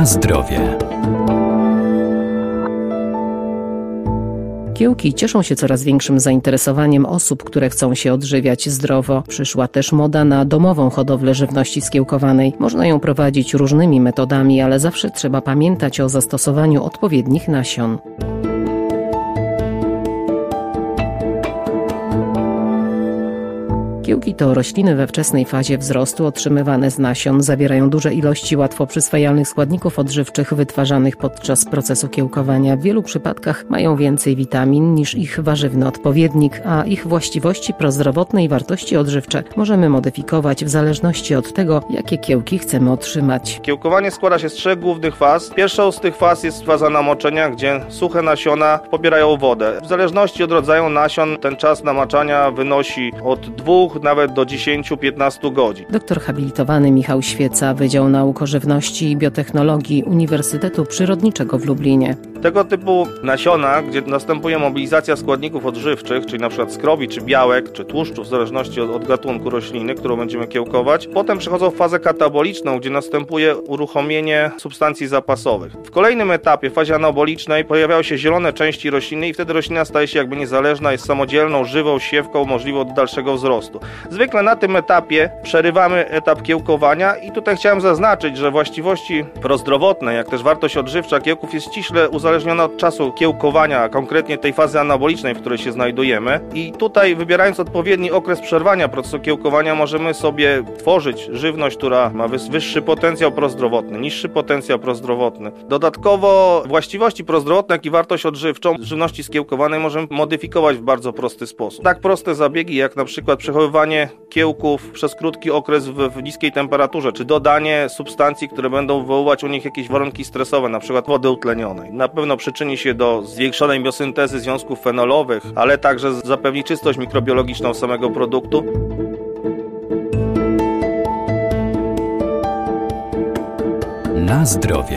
Na zdrowie. Kiełki cieszą się coraz większym zainteresowaniem osób, które chcą się odżywiać zdrowo. Przyszła też moda na domową hodowlę żywności skiełkowanej. Można ją prowadzić różnymi metodami, ale zawsze trzeba pamiętać o zastosowaniu odpowiednich nasion. Kiełki to rośliny we wczesnej fazie wzrostu otrzymywane z nasion. Zawierają duże ilości łatwo przyswajalnych składników odżywczych wytwarzanych podczas procesu kiełkowania. W wielu przypadkach mają więcej witamin niż ich warzywny odpowiednik, a ich właściwości prozdrowotne i wartości odżywcze możemy modyfikować w zależności od tego, jakie kiełki chcemy otrzymać. Kiełkowanie składa się z 3 głównych faz. Pierwszą z tych faz jest faza namoczenia, gdzie suche nasiona pobierają wodę. W zależności od rodzaju nasion ten czas namaczania wynosi od 2 nawet do 10-15 godzin. Doktor habilitowany Michał Świeca, Wydział Nauk o Żywności i Biotechnologii Uniwersytetu Przyrodniczego w Lublinie. Tego typu nasiona, gdzie następuje mobilizacja składników odżywczych, czyli np. skrobi, czy białek, czy tłuszczu, w zależności od gatunku rośliny, którą będziemy kiełkować. Potem przechodzą w fazę kataboliczną, gdzie następuje uruchomienie substancji zapasowych. W kolejnym etapie, w fazie anabolicznej, pojawiają się zielone części rośliny i wtedy roślina staje się jakby niezależna, jest samodzielną, żywą siewką możliwą do dalszego wzrostu. Zwykle na tym etapie przerywamy etap kiełkowania i tutaj chciałem zaznaczyć, że właściwości prozdrowotne, jak też wartość odżywcza kiełków jest ściśle uzależniona od czasu kiełkowania, a konkretnie tej fazy anabolicznej, w której się znajdujemy. I tutaj, wybierając odpowiedni okres przerwania procesu kiełkowania, możemy sobie tworzyć żywność, która ma wyższy potencjał prozdrowotny, niższy potencjał prozdrowotny. Dodatkowo właściwości prozdrowotne, jak i wartość odżywczą żywności skiełkowanej możemy modyfikować w bardzo prosty sposób. Tak proste zabiegi, jak na przykład przechowywanie kiełków przez krótki okres w niskiej temperaturze, czy dodanie substancji, które będą wywoływać u nich jakieś warunki stresowe, na przykład wody utlenionej. Na pewno przyczyni się do zwiększonej biosyntezy związków fenolowych, ale także zapewni czystość mikrobiologiczną samego produktu. Na zdrowie.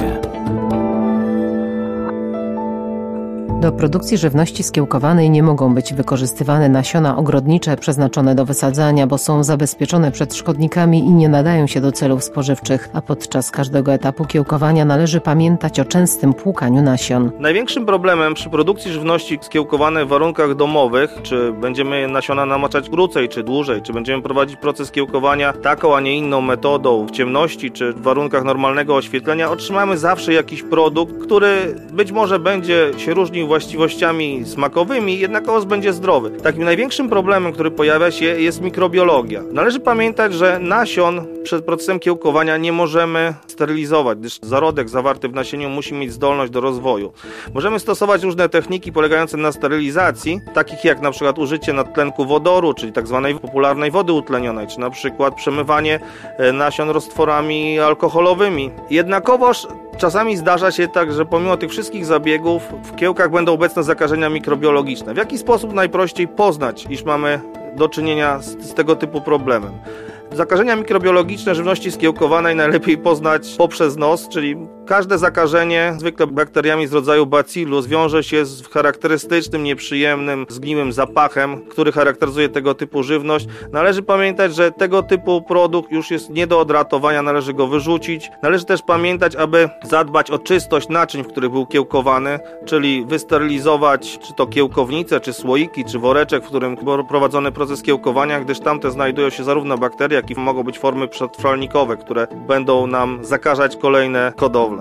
Do produkcji żywności skiełkowanej nie mogą być wykorzystywane nasiona ogrodnicze przeznaczone do wysadzania, bo są zabezpieczone przed szkodnikami i nie nadają się do celów spożywczych, a podczas każdego etapu kiełkowania należy pamiętać o częstym płukaniu nasion. Największym problemem przy produkcji żywności skiełkowanej w warunkach domowych, czy będziemy nasiona namaczać krócej, czy dłużej, czy będziemy prowadzić proces kiełkowania taką, a nie inną metodą, w ciemności, czy w warunkach normalnego oświetlenia, otrzymamy zawsze jakiś produkt, który być może będzie się różnił właściwościami smakowymi, jednakowoż będzie zdrowy. Takim największym problemem, który pojawia się, jest mikrobiologia. Należy pamiętać, że nasion przed procesem kiełkowania nie możemy sterylizować, gdyż zarodek zawarty w nasieniu musi mieć zdolność do rozwoju. Możemy stosować różne techniki polegające na sterylizacji, takich jak na przykład użycie nadtlenku wodoru, czyli tak zwanej popularnej wody utlenionej, czy na przykład przemywanie nasion roztworami alkoholowymi. Jednakowoż czasami zdarza się tak, że pomimo tych wszystkich zabiegów w kiełkach będą obecne zakażenia mikrobiologiczne. W jaki sposób najprościej poznać, iż mamy do czynienia z tego typu problemem? Zakażenia mikrobiologiczne żywności skiełkowanej najlepiej poznać poprzez nos, czyli każde zakażenie, zwykle bakteriami z rodzaju Bacillus, wiąże się z charakterystycznym, nieprzyjemnym, zgniłym zapachem, który charakteryzuje tego typu żywność. Należy pamiętać, że tego typu produkt już jest nie do odratowania, należy go wyrzucić. Należy też pamiętać, aby zadbać o czystość naczyń, w których był kiełkowany, czyli wysterylizować czy to kiełkownicę, czy słoiki, czy woreczek, w którym był prowadzony proces kiełkowania, gdyż tamte znajdują się zarówno bakterie, jak i mogą być formy przetrwalnikowe, które będą nam zakażać kolejne hodowle.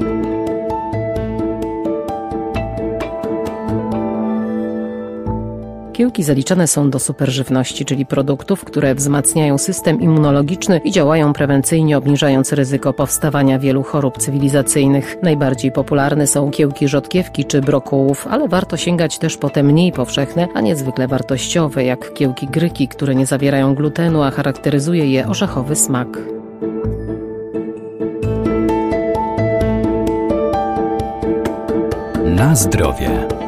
Kiełki zaliczane są do superżywności, czyli produktów, które wzmacniają system immunologiczny i działają prewencyjnie, obniżając ryzyko powstawania wielu chorób cywilizacyjnych. Najbardziej popularne są kiełki rzodkiewki czy brokułów, ale warto sięgać też po te mniej powszechne, a niezwykle wartościowe, jak kiełki gryki, które nie zawierają glutenu, a charakteryzuje je orzechowy smak. Na zdrowie.